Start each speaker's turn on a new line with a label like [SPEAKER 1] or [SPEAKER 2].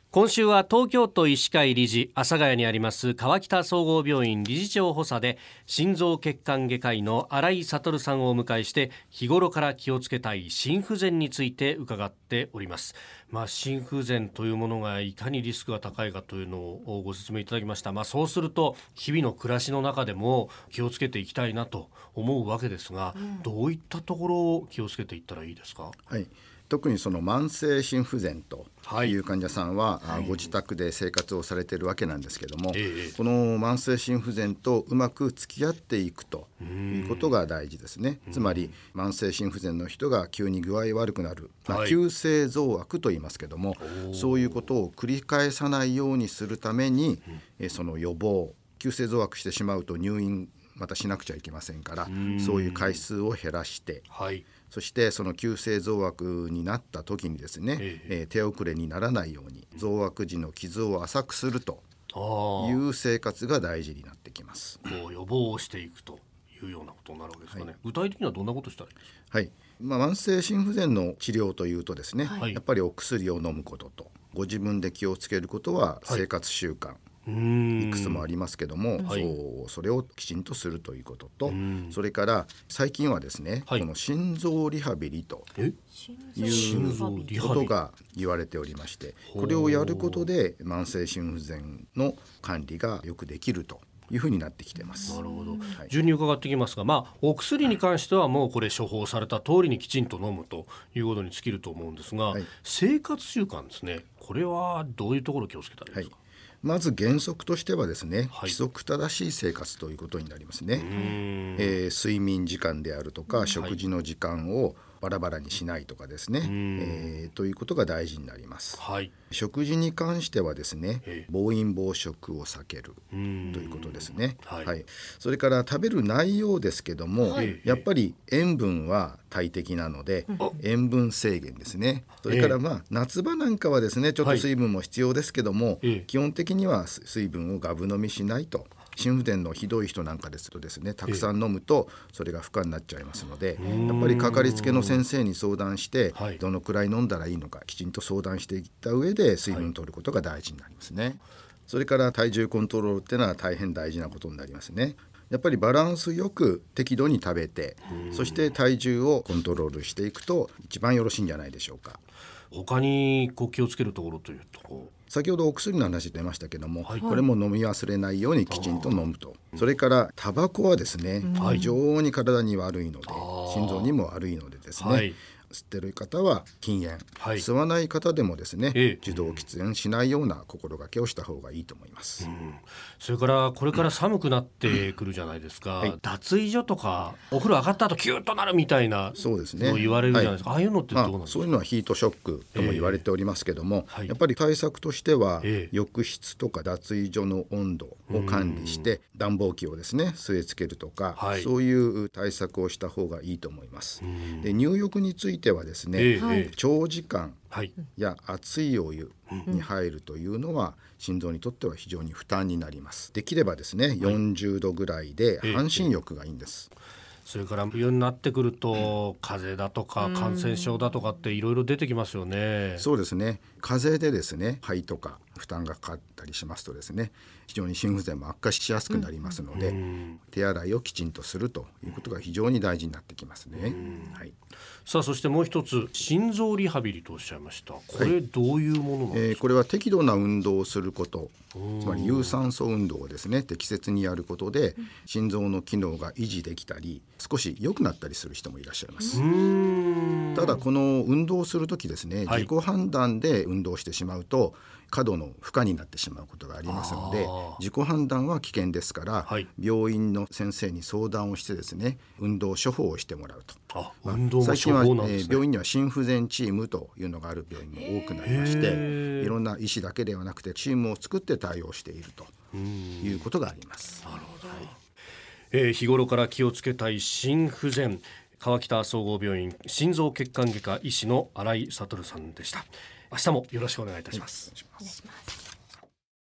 [SPEAKER 1] 今週は東京都医師会理事、阿佐ヶ谷にあります川北総合病院理事長補佐で心臓血管外科医の新井悟さんをお迎えして、日頃から気をつけたい心不全について伺っております。心不全というものがいかにリスクが高いかというのをご説明いただきました。そうすると日々の暮らしの中でも気をつけていきたいなと思うわけですが、どういったところを気をつけていったらいいですか？
[SPEAKER 2] はい、特にその慢性心不全という患者さんは、ご自宅で生活をされているわけなんですけども、この慢性心不全とうまく付き合っていくということが大事ですね。つまり慢性心不全の人が急に具合悪くなる、急性増悪と言いますけども、そういうことを繰り返さないようにするために、その予防、急性増悪してしまうと入院またしなくちゃいけませんから、そういう回数を減らして、そしてその急性増悪になった時にですね、手遅れにならないように増悪時の傷を浅くするという生活が大事になってきます。
[SPEAKER 1] 予防をしていくというようなことになるわけですかね。具体的にはどんなことしたらいいですか？
[SPEAKER 2] 慢性心不全の治療というとですね、やっぱりお薬を飲むことと、ご自分で気をつけることは生活習慣、いくつもありますけども、それをきちんとするということと、それから最近はですね、この心臓リハビリということが言われておりまして、これをやることで慢性心不全の管理がよくできるというふうになってきています。
[SPEAKER 1] なるほど。順に伺ってきますが、お薬に関してはもうこれ処方された通りにきちんと飲むということに尽きると思うんですが、生活習慣ですね、これはどういうところを気をつけたらいいですか？
[SPEAKER 2] まず原則としてはですね、規則正しい生活ということになりますね。睡眠時間であるとか、食事の時間をバラバラにしないとかですね、ということが大事になります。食事に関してはですね、暴飲暴食を避けるということですね。それから食べる内容ですけども、やっぱり塩分は大敵なので、塩分制限ですね。それから夏場なんかはですね、ちょっと水分も必要ですけども、基本的には水分をガブ飲みしないと。心不全のひどい人なんかですとですね、たくさん飲むとそれが負荷になっちゃいますので、やっぱりかかりつけの先生に相談して、どのくらい飲んだらいいのかきちんと相談していった上で水分を取ることが大事になりますね。それから体重コントロールっていうのは大変大事なことになりますね。やっぱりバランスよく適度に食べて、そして体重をコントロールしていくと一番よろしいんじゃないでしょうか。
[SPEAKER 1] 他に気をつけるところというと、
[SPEAKER 2] 先ほどお薬の話出ましたけども、これも飲み忘れないようにきちんと飲むと。それからタバコはですね、非常に体に悪いので、心臓にも悪いのでですね、吸ってる方は禁煙、吸わない方でもですね、受動喫煙しないような心がけをした方がいいと思います。
[SPEAKER 1] それからこれから寒くなってくるじゃないですか。脱衣所とかお風呂上がった後キュッとなるみたいなの言われるじゃないですか。ああいうのってどうなんですか？
[SPEAKER 2] そういうのはヒートショックとも言われておりますけども、やっぱり対策としては、浴室とか脱衣所の温度を管理して暖房機をですね据え付けるとか、そういう対策をした方がいいと思います。で、入浴についてはですね、長時間や熱いお湯に入るというのは心臓にとっては非常に負担になります。できればですね、40度ぐらいで半身浴がいいんです。
[SPEAKER 1] それから冬になってくると、風邪だとか感染症だとかっていろいろ出てきますよね。
[SPEAKER 2] そうですね。風邪でですね、肺とか負担がかかったりしますとですね、非常に心不全も悪化しやすくなりますので、手洗いをきちんとするということが非常に大事になってきますね。
[SPEAKER 1] さあ、そしてもう一つ、心臓リハビリとおっしゃいました。これどういうものなんですか？
[SPEAKER 2] これは適度な運動をすること、つまり有酸素運動をですね適切にやることで、心臓の機能が維持できたり少し良くなったりする人もいらっしゃいます。ただこの運動をするときですね、自己判断で運動してしまうと過度の負荷になってしまうことがありますので、自己判断は危険ですから、病院の先生に相談をしてですね、運動処方をしてもらうと。最近は、病院には心不全チームというのがある病院も多くなりまして、いろんな医師だけではなくてチームを作って対応しているということがあります。
[SPEAKER 1] なるほど。日頃から気をつけたい心不全、川北総合病院心臓血管外科医師の新井悟さんでした。明日もよろしくお願いいたします。
[SPEAKER 3] お願いします。